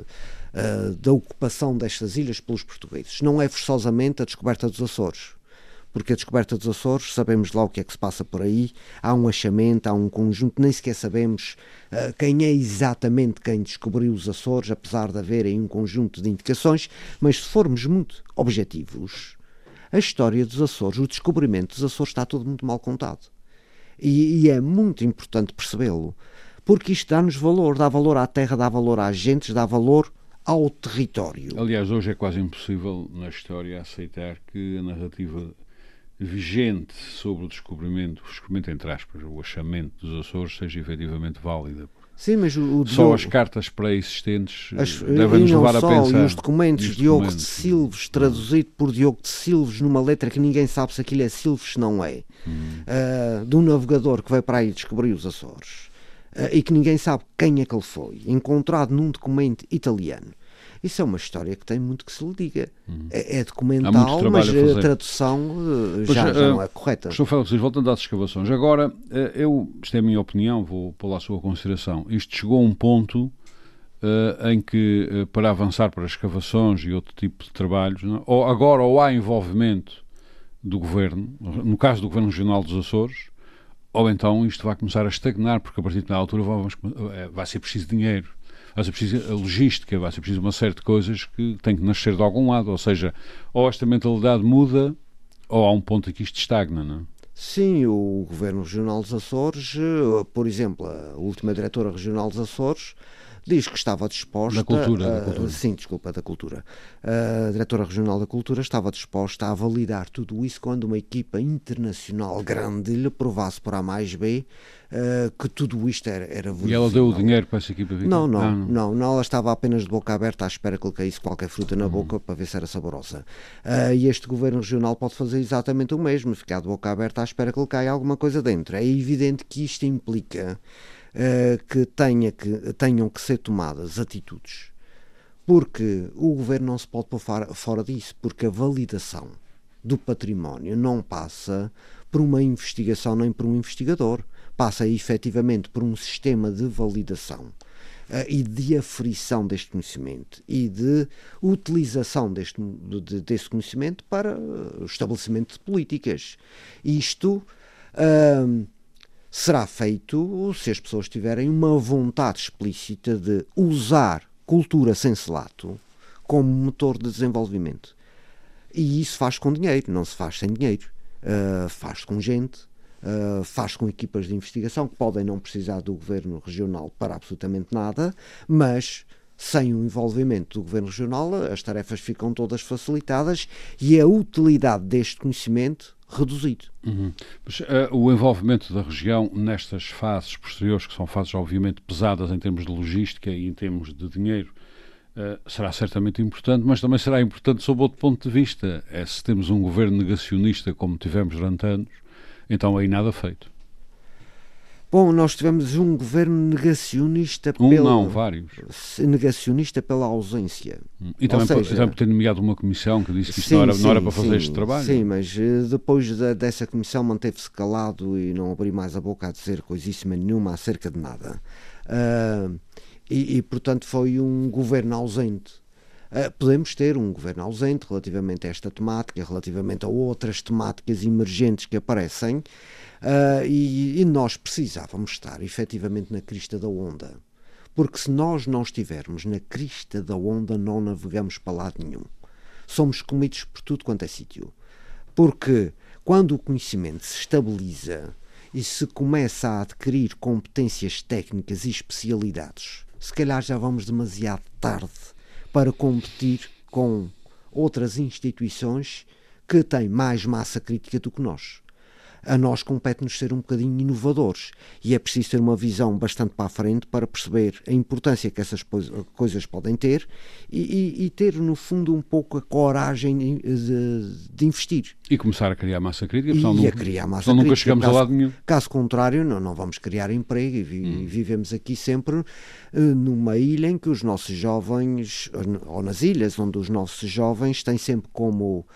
da ocupação destas ilhas pelos portugueses. Não é forçosamente a descoberta dos Açores, porque a descoberta dos Açores, sabemos lá o que é que se passa por aí, há um achamento, há um conjunto, nem sequer sabemos quem é exatamente quem descobriu os Açores, apesar de haver aí um conjunto de indicações, mas se formos muito objetivos, a história dos Açores, o descobrimento dos Açores está tudo muito mal contado. E é muito importante percebê-lo, porque isto dá-nos valor, dá valor à terra, dá valor às gentes, dá valor ao território. Aliás, hoje é quase impossível na história aceitar que a narrativa vigente sobre o descobrimento entre aspas, o achamento dos Açores seja efetivamente válida. Sim, mas só as cartas pré-existentes devem-nos levar a pensar. E os documentos de Diogo de Silves, traduzido por Diogo de Silves numa letra que ninguém sabe se aquilo é Silves, se não é, de um navegador que veio para aí descobrir os Açores, e que ninguém sabe quem é que ele foi, encontrado num documento italiano. Isso é uma história que tem muito que se lhe diga. É documental, mas a tradução já não é correta. Estou a falar, voltando às escavações. Agora, isto é a minha opinião, vou pô-la à sua consideração. Isto chegou a um ponto em que, para avançar para escavações e outro tipo de trabalhos, não é? ou há envolvimento do Governo, no caso do Governo Regional dos Açores, ou então isto vai começar a estagnar, porque a partir da altura vai ser preciso dinheiro. Vai ser preciso a logística, vai ser preciso uma série de coisas que têm que nascer de algum lado, ou seja, ou esta mentalidade muda, ou há um ponto em que isto estagna, não é? Sim, o Governo Regional dos Açores, por exemplo, a última Diretora Regional dos Açores diz que estava disposta... Da cultura. Sim, desculpa, da cultura. A Diretora Regional da Cultura estava disposta a validar tudo isso quando uma equipa internacional grande lhe provasse por A mais B que tudo isto era verídico. E ela deu o dinheiro para essa equipa? Não, ela estava apenas de boca aberta à espera que lhe caísse qualquer fruta na boca para ver se era saborosa. E este Governo Regional pode fazer exatamente o mesmo, ficar de boca aberta à espera que lhe caia alguma coisa dentro. É evidente que isto implica que tenham que ser tomadas atitudes, porque o Governo não se pode pôr fora disso, porque a validação do património não passa por uma investigação nem por um investigador, passa efetivamente por um sistema de validação e de aferição deste conhecimento e de utilização desse conhecimento para o estabelecimento de políticas. Isto será feito se as pessoas tiverem uma vontade explícita de usar cultura sensato como motor de desenvolvimento. E isso faz com dinheiro, não se faz sem dinheiro. Faz com gente, faz com equipas de investigação que podem não precisar do Governo Regional para absolutamente nada, mas sem o envolvimento do Governo Regional as tarefas ficam todas facilitadas e a utilidade deste conhecimento reduzido. Mas, o envolvimento da região nestas fases posteriores, que são fases obviamente pesadas em termos de logística e em termos de dinheiro, será certamente importante, mas também será importante sob outro ponto de vista. Se temos um governo negacionista como tivemos durante anos, então aí nada feito. Bom, nós tivemos um governo negacionista vários. Negacionista pela ausência. E também por ter nomeado uma comissão que disse que isto não era para fazer este trabalho. Sim, mas depois dessa comissão manteve-se calado e não abriu mais a boca a dizer coisíssima nenhuma acerca de nada. E portanto foi um governo ausente. Podemos ter um governo ausente relativamente a esta temática, relativamente a outras temáticas emergentes que aparecem, e nós precisávamos estar efetivamente na crista da onda. Porque se nós não estivermos na crista da onda, não navegamos para lado nenhum. Somos comidos por tudo quanto é sítio. Porque quando o conhecimento se estabiliza e se começa a adquirir competências técnicas e especialidades, se calhar já vamos demasiado tarde para competir com outras instituições que têm mais massa crítica do que nós. A nós compete-nos ser um bocadinho inovadores e é preciso ter uma visão bastante para a frente para perceber a importância que essas coisas podem ter e ter, no fundo, um pouco a coragem de investir. E começar a criar massa crítica, senão nunca chegamos a lado nenhum. Caso contrário, não vamos criar emprego e vivemos aqui sempre numa ilha em que os nossos jovens, ou nas ilhas onde os nossos jovens têm sempre como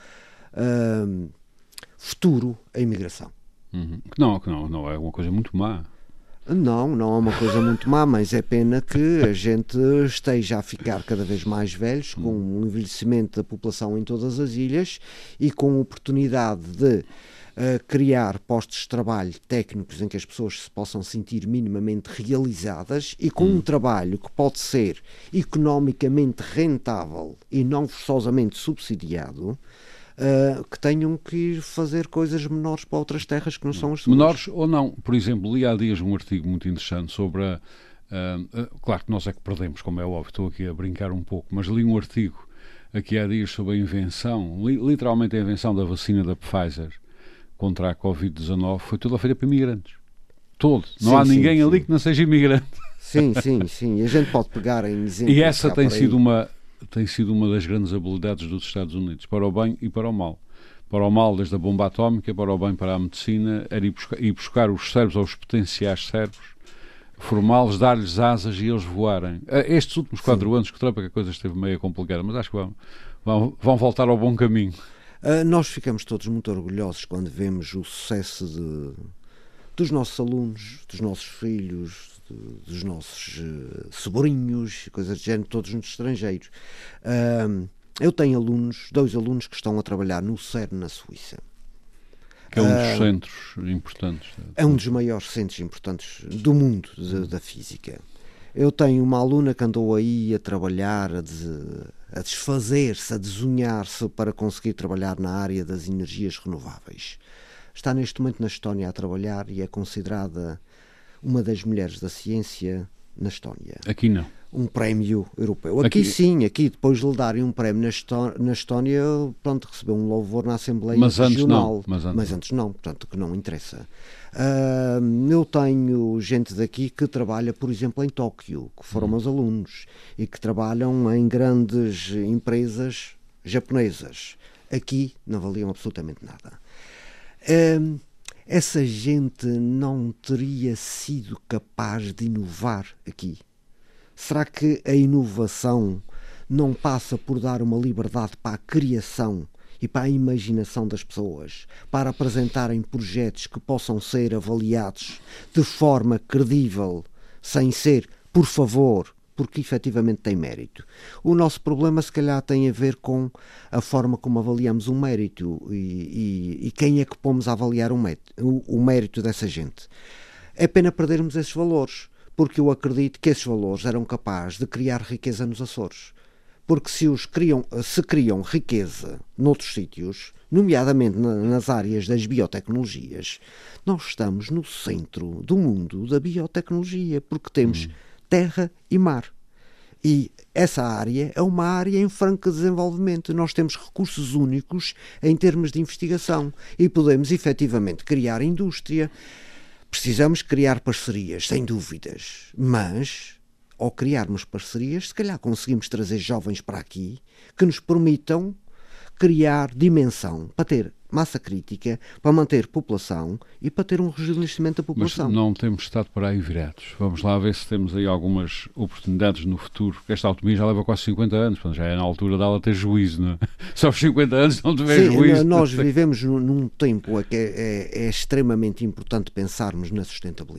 futuro a imigração. Não, é uma coisa muito má. Não é uma coisa muito má, mas é pena que a gente esteja a ficar cada vez mais velhos, com um envelhecimento da população em todas as ilhas e com a oportunidade de criar postos de trabalho técnicos em que as pessoas se possam sentir minimamente realizadas e com um trabalho que pode ser economicamente rentável e não forçosamente subsidiado. Que tenham que ir fazer coisas menores para outras terras que não são as suas. Menores ou não. Por exemplo, li há dias um artigo muito interessante sobre claro que nós é que perdemos, como é óbvio, estou aqui a brincar um pouco, mas li um artigo aqui há dias sobre a invenção, literalmente a invenção da vacina da Pfizer contra a Covid-19 foi toda feita por imigrantes. Não há ninguém ali que não seja imigrante. Sim. E a gente pode pegar em exemplos. E essa tem sido uma das grandes habilidades dos Estados Unidos, para o bem e para o mal. Para o mal, desde a bomba atómica, para o bem, para a medicina, era ir buscar os cérebros, ou os potenciais cérebros, formá-los, dar-lhes asas e eles voarem. Estes últimos 4 anos que Trump é que a coisa esteve meio complicada, mas acho que vão voltar ao bom caminho. Nós ficamos todos muito orgulhosos quando vemos o sucesso dos nossos alunos, dos nossos filhos, dos nossos sobrinhos, coisas do género, todos no estrangeiro. Eu tenho 2 alunos que estão a trabalhar no CERN, na Suíça. Que é um dos centros importantes. É um dos maiores centros importantes do mundo da física. Eu tenho uma aluna que andou aí a trabalhar, a desfazer-se, a desunhar-se para conseguir trabalhar na área das energias renováveis. Está neste momento na Estónia a trabalhar e é considerada uma das mulheres da ciência na Estónia. Aqui não. Um prémio europeu. Aqui sim, depois de lhe darem um prémio na Estónia, pronto, recebeu um louvor na Assembleia Regional. Mas antes não, portanto, que não interessa. Eu tenho gente daqui que trabalha, por exemplo, em Tóquio, que foram meus alunos, e que trabalham em grandes empresas japonesas. Aqui não valiam absolutamente nada. Essa gente não teria sido capaz de inovar aqui? Será que a inovação não passa por dar uma liberdade para a criação e para a imaginação das pessoas, para apresentarem projetos que possam ser avaliados de forma credível, sem ser, por favor, porque efetivamente tem mérito? O nosso problema se calhar tem a ver com a forma como avaliamos o mérito e quem é que pomos a avaliar o mérito dessa gente. É pena perdermos esses valores, porque eu acredito que esses valores eram capazes de criar riqueza nos Açores. Porque se criam riqueza noutros sítios, nomeadamente nas áreas das biotecnologias, nós estamos no centro do mundo da biotecnologia, porque temos terra e mar. E essa área é uma área em franco desenvolvimento. Nós temos recursos únicos em termos de investigação e podemos efetivamente criar indústria. Precisamos criar parcerias, sem dúvidas, mas ao criarmos parcerias, se calhar conseguimos trazer jovens para aqui que nos permitam criar dimensão para ter massa crítica, para manter população e para ter um rejuvenescimento da população. Mas não temos estado para aí virados. Vamos lá ver se temos aí algumas oportunidades no futuro, porque esta autonomia já leva quase 50 anos, portanto, já é na altura dela ter juízo, não é? Só aos 50 anos não tiver juízo. Nós vivemos num tempo que é extremamente importante pensarmos na sustentabilidade.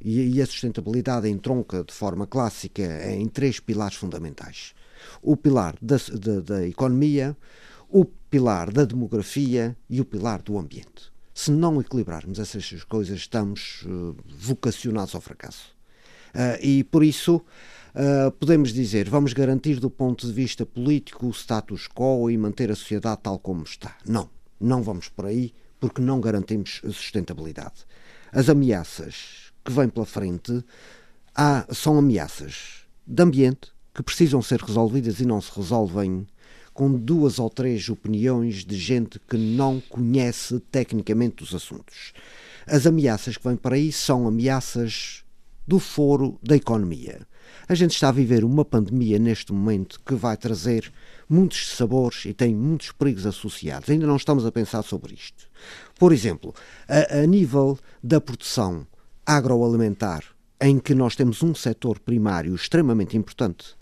e a sustentabilidade entronca de forma clássica em 3 pilares fundamentais. O pilar da economia, o pilar da demografia e o pilar do ambiente. Se não equilibrarmos essas coisas, estamos vocacionados ao fracasso. E por isso podemos dizer, vamos garantir do ponto de vista político o status quo e manter a sociedade tal como está. Não vamos por aí, porque não garantimos a sustentabilidade. As ameaças que vêm pela frente são ameaças de ambiente que precisam ser resolvidas e não se resolvem com 2 ou 3 opiniões de gente que não conhece tecnicamente os assuntos. As ameaças que vêm para aí são ameaças do foro da economia. A gente está a viver uma pandemia neste momento que vai trazer muitos sabores e tem muitos perigos associados. Ainda não estamos a pensar sobre isto. Por exemplo, a nível da produção agroalimentar, em que nós temos um setor primário extremamente importante,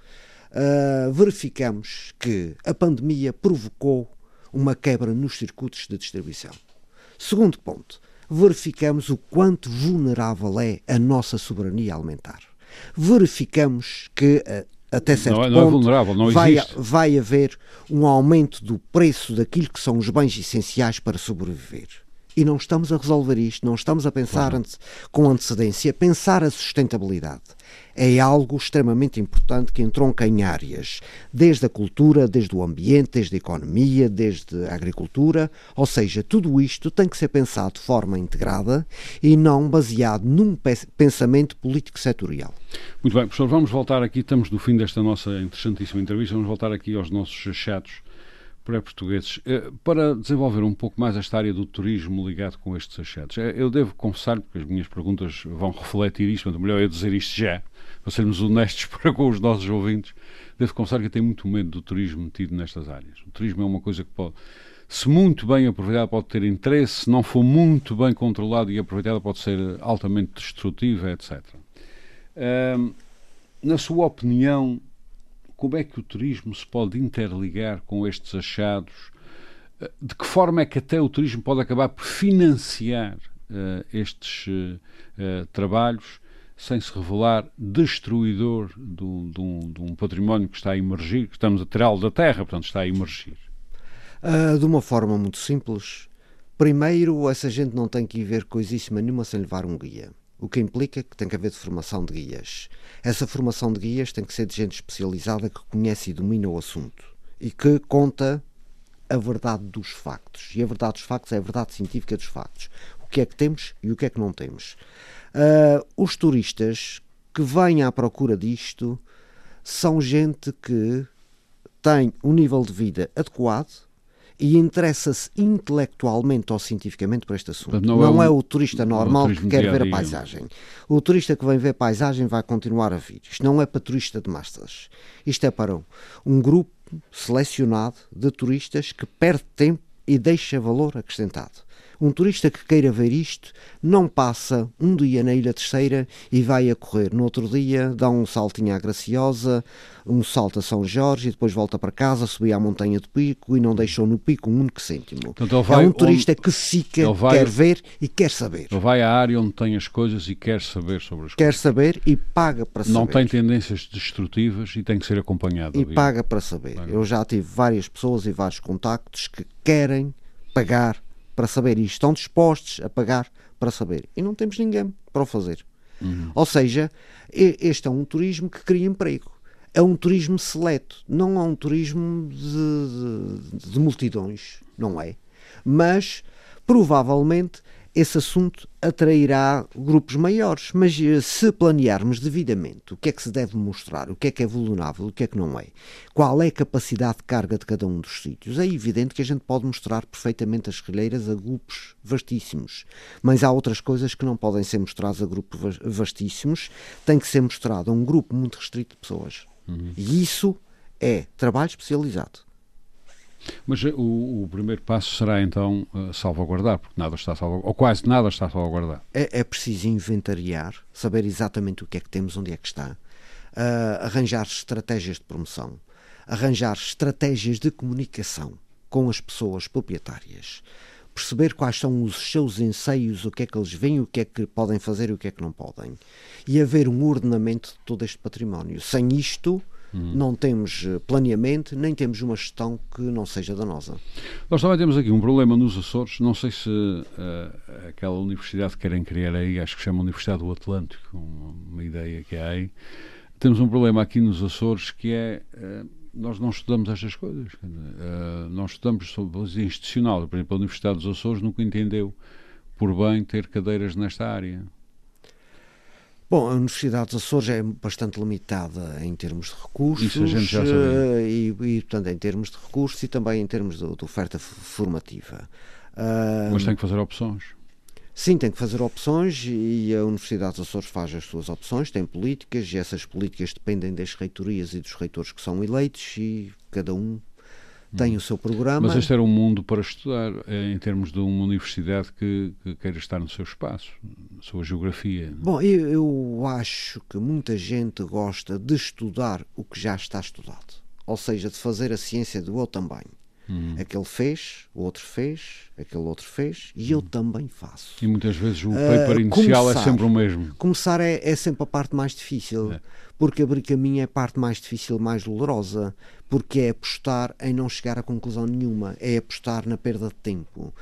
verificamos que a pandemia provocou uma quebra nos circuitos de distribuição. Segundo ponto, verificamos o quanto vulnerável é a nossa soberania alimentar. Verificamos que até certo ponto não é vulnerável, não vai haver um aumento do preço daquilo que são os bens essenciais para sobreviver. E não estamos a resolver isto, não estamos a pensar com antecedência. Pensar a sustentabilidade é algo extremamente importante que entronca em áreas, desde a cultura, desde o ambiente, desde a economia, desde a agricultura, ou seja, tudo isto tem que ser pensado de forma integrada e não baseado num pensamento político setorial. Muito bem, professor, vamos voltar aqui, estamos no fim desta nossa interessantíssima entrevista, vamos voltar aqui aos nossos chatos pré-portugueses, para desenvolver um pouco mais esta área do turismo ligado com estes achados. Eu devo confessar, porque as minhas perguntas vão refletir isto, mas melhor é dizer isto já, para sermos honestos para com os nossos ouvintes. Devo confessar que eu tenho muito medo do turismo metido nestas áreas. O turismo é uma coisa que pode, se muito bem aproveitado, pode ter interesse, se não for muito bem controlado e aproveitado, pode ser altamente destrutiva, etc. Na sua opinião, como é que o turismo se pode interligar com estes achados? De que forma é que até o turismo pode acabar por financiar estes trabalhos sem se revelar destruidor de um património que está a emergir, que estamos a tirá-lo da terra, portanto está a emergir? De uma forma muito simples. Primeiro, essa gente não tem que ir ver coisíssima nenhuma sem levar um guia. O que implica que tem que haver formação de guias. Essa formação de guias tem que ser de gente especializada que conhece e domina o assunto e que conta a verdade dos factos. E a verdade dos factos é a verdade científica dos factos. O que é que temos e o que é que não temos. Os turistas que vêm à procura disto são gente que tem um nível de vida adequado e interessa-se intelectualmente ou cientificamente por este assunto. Não é o turista normal que quer ver a paisagem. O turista que vem ver a paisagem vai continuar a vir. Isto não é para turista de massas. Isto é para um grupo selecionado de turistas que perde tempo e deixa valor acrescentado. Um turista que queira ver isto não passa um dia na Ilha Terceira e vai a correr. No outro dia dá um saltinho à Graciosa, um salto a São Jorge e depois volta para casa, subir à montanha do Pico e não deixou no Pico um único cêntimo. Então é um turista que fica, quer ver e quer saber. Ele vai à área onde tem as coisas e quer saber sobre as coisas. Quer saber e paga para saber. Não tem tendências destrutivas e tem que ser acompanhado. E paga para saber. Eu já tive várias pessoas e vários contactos que querem pagar para saber e estão dispostos a pagar para saber. E não temos ninguém para o fazer. Ou seja, este é um turismo que cria emprego. É um turismo seleto. Não é um turismo de multidões. Não é. Mas, provavelmente, esse assunto atrairá grupos maiores. Mas se planearmos devidamente o que é que se deve mostrar, o que é vulnerável, o que é que não é, qual é a capacidade de carga de cada um dos sítios, é evidente que a gente pode mostrar perfeitamente as relheiras a grupos vastíssimos. Mas há outras coisas que não podem ser mostradas a grupos vastíssimos, tem que ser mostrado a um grupo muito restrito de pessoas. E isso é trabalho especializado. Mas o primeiro passo será então salvaguardar, porque nada está salvaguardado, ou quase nada está salvaguardado. É preciso inventariar, saber exatamente o que é que temos, onde é que está, arranjar estratégias de promoção, arranjar estratégias de comunicação com as pessoas proprietárias, perceber quais são os seus anseios, o que é que eles veem, o que é que podem fazer e o que é que não podem. E haver um ordenamento de todo este património. Sem isto, não temos planeamento, nem temos uma gestão que não seja danosa. Nós também temos aqui um problema nos Açores, não sei se aquela universidade que querem criar aí, acho que se chama Universidade do Atlântico, uma ideia que há aí, temos um problema aqui nos Açores que é, nós não estudamos estas coisas, nós estudamos sobre o institucional, por exemplo, a Universidade dos Açores nunca entendeu por bem ter cadeiras nesta área. Bom, a Universidade dos Açores é bastante limitada em termos de recursos. Isso a gente já sabia. E portanto, em termos de recursos e também em termos de oferta formativa. Mas tem que fazer opções. Sim, tem que fazer opções e a Universidade dos Açores faz as suas opções, tem políticas e essas políticas dependem das reitorias e dos reitores que são eleitos e cada um tem o seu programa. Mas este era um mundo para estudar, em termos de uma universidade que queira estar no seu espaço, na sua geografia. Bom, eu acho que muita gente gosta de estudar o que já está estudado. Ou seja, de fazer a ciência do eu também. Aquele fez, o outro fez, aquele outro fez e eu também faço. E muitas vezes o paper inicial é sempre o mesmo. Começar é sempre a parte mais difícil, porque abrir caminho é a parte mais difícil, mais dolorosa, porque é apostar em não chegar a conclusão nenhuma, é apostar na perda de tempo.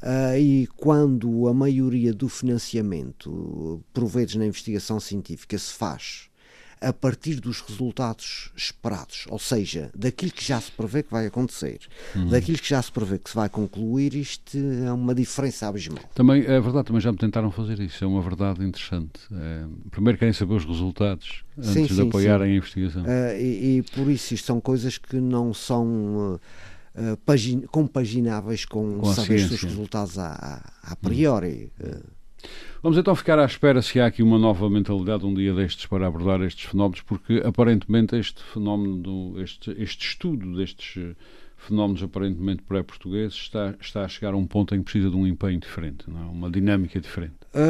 E quando a maioria do financiamento providos na investigação científica se faz a partir dos resultados esperados, ou seja, daquilo que já se prevê que vai acontecer, daquilo que já se prevê que se vai concluir, isto é uma diferença abismal. Também é verdade, também já me tentaram fazer isso, é uma verdade interessante. Primeiro querem saber os resultados antes de apoiarem a investigação. E por isso isto são coisas que não são compagináveis com saber os resultados a priori. Vamos então ficar à espera se há aqui uma nova mentalidade um dia destes para abordar estes fenómenos, porque aparentemente este fenómeno, este estudo destes fenómenos aparentemente pré-portugueses está a chegar a um ponto em que precisa de um empenho diferente, não é? Uma dinâmica diferente.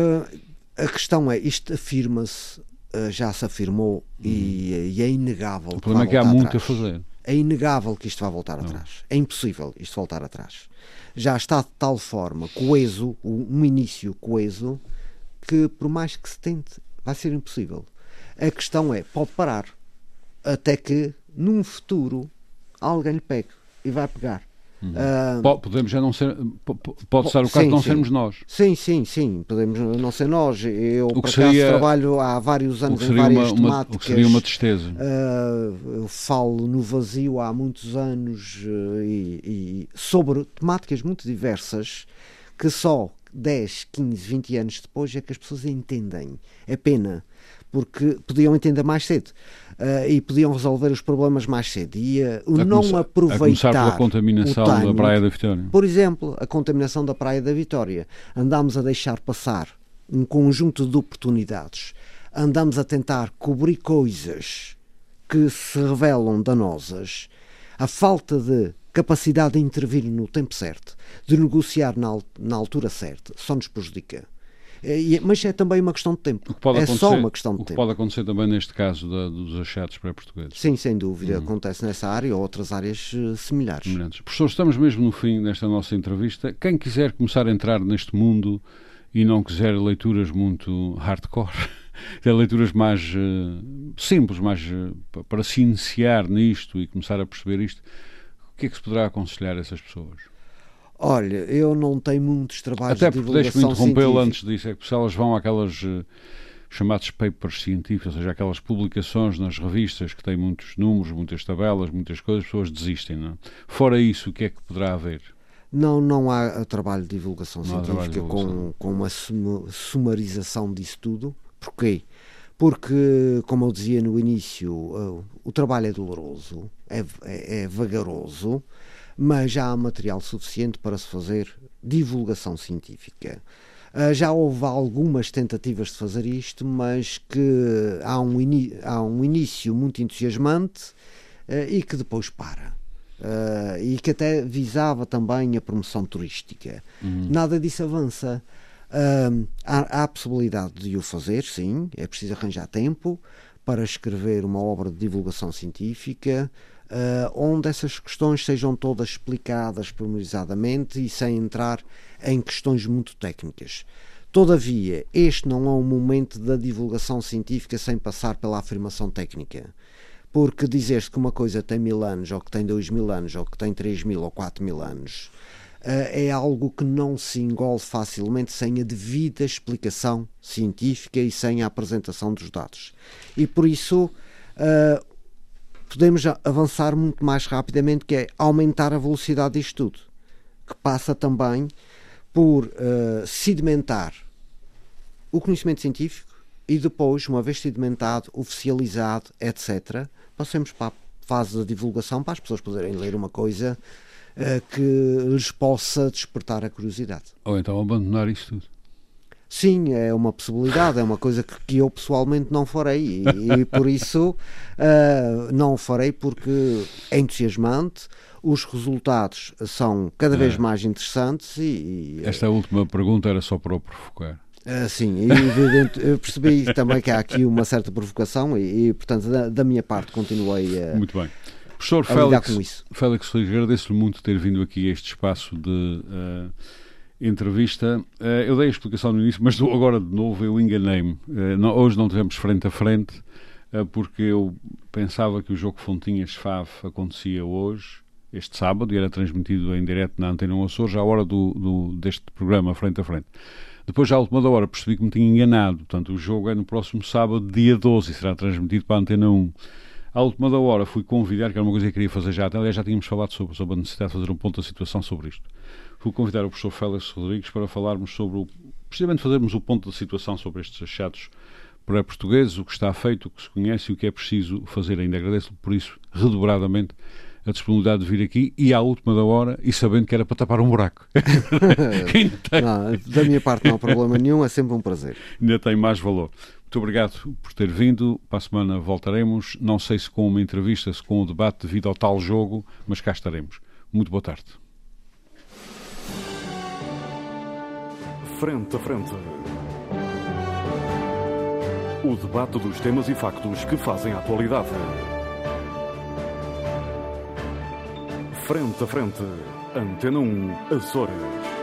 A questão é, isto afirma-se, já se afirmou e é inegável. O problema é que há muito a fazer. É inegável que isto vai voltar atrás. É impossível isto voltar atrás. Já está de tal forma coeso, um início coeso, que por mais que se tente, vai ser impossível. A questão é, pode parar, até que num futuro alguém lhe pegue e vai pegar. Podemos já não ser, pode estar o caso de não sermos nós. Sim, podemos não ser nós. Eu por acaso trabalho há vários anos em várias temáticas. O que seria uma tristeza. Eu falo no vazio há muitos anos e sobre temáticas muito diversas que só 10, 15, 20 anos depois é que as pessoas entendem. É pena, porque podiam entender mais cedo e podiam resolver os problemas mais cedo. E não aproveitar. A começar pela contaminação da Praia da Vitória. Por exemplo, a contaminação da Praia da Vitória. Andámos a deixar passar um conjunto de oportunidades. Andamos a tentar cobrir coisas que se revelam danosas. A falta de capacidade de intervir no tempo certo, de negociar na altura certa, só nos prejudica. Mas é também uma questão de tempo. Só uma questão de tempo. O que pode acontecer também neste caso dos achados pré-portugueses. Sim, sem dúvida. Acontece nessa área ou outras áreas similares. Professor, estamos mesmo no fim desta nossa entrevista. Quem quiser começar a entrar neste mundo e não quiser leituras muito hardcore, ter leituras mais simples, mais para se iniciar nisto e começar a perceber isto, o que é que se poderá aconselhar a essas pessoas? Olha, eu não tenho muitos trabalhos de divulgação científica. Até porque deixe-me interrompê-lo antes disso, é que se elas vão àquelas chamados papers científicos, ou seja, aquelas publicações nas revistas que têm muitos números, muitas tabelas, muitas coisas, as pessoas desistem, não é? Fora isso, o que é que poderá haver? Não há trabalho de divulgação científica com uma sumarização disso tudo. Porquê? Porque, como eu dizia no início, o trabalho é doloroso, é vagaroso, mas já há material suficiente para se fazer divulgação científica. Já houve algumas tentativas de fazer isto, mas que há um início muito entusiasmante e que depois para. E que até visava também a promoção turística. Nada disso avança. Há a possibilidade de o fazer, sim, é preciso arranjar tempo, para escrever uma obra de divulgação científica, onde essas questões sejam todas explicadas pormenorizadamente e sem entrar em questões muito técnicas. Todavia, este não é um momento da divulgação científica sem passar pela afirmação técnica. Porque dizer-se que uma coisa tem 1000 anos, ou que tem 2000 anos, ou que tem 3000 ou 4000 anos, é algo que não se engole facilmente sem a devida explicação científica e sem a apresentação dos dados. E por isso podemos avançar muito mais rapidamente, que é aumentar a velocidade disto tudo, que passa também por sedimentar o conhecimento científico e depois, uma vez sedimentado, oficializado, etc., passemos para a fase da divulgação, para as pessoas poderem ler uma coisa que lhes possa despertar a curiosidade. Ou então abandonar isto tudo. Sim, é uma possibilidade, é uma coisa que eu pessoalmente não farei e por isso não o farei, porque é entusiasmante, os resultados são cada vez mais interessantes Esta última pergunta era só para o provocar. Sim, eu percebi também que há aqui uma certa provocação e portanto, da minha parte, continuei muito bem. Professor Félix Rodrigues, agradeço-lhe muito ter vindo aqui a este espaço de entrevista. Eu dei a explicação no início, mas agora de novo eu enganei-me. Hoje não tivemos frente a frente, porque eu pensava que o jogo Fontinhas-FAV acontecia hoje, este sábado, e era transmitido em direto na Antena 1 Açores, à hora deste programa Frente a Frente. Depois, à última hora, percebi que me tinha enganado. Portanto, o jogo é no próximo sábado, dia 12, e será transmitido para a Antena 1. À última hora, fui convidar, que era uma coisa que eu queria fazer já. Aliás, já tínhamos falado sobre a necessidade de fazer um ponto da situação sobre isto. Fui convidar o professor Félix Rodrigues para falarmos sobre, precisamente fazermos o ponto da situação sobre estes achados pré-portugueses, o que está feito, o que se conhece e o que é preciso fazer ainda. Agradeço-lhe por isso, redobradamente, a disponibilidade de vir aqui e à última hora e sabendo que era para tapar um buraco. Não, da minha parte não há problema nenhum, é sempre um prazer. Ainda tem mais valor. Muito obrigado por ter vindo. Para a semana voltaremos, não sei se com uma entrevista, se com um debate devido ao tal jogo, mas cá estaremos. Muito boa tarde. Frente a frente. O debate dos temas e factos que fazem a atualidade. Frente a frente. Antena 1 Açores.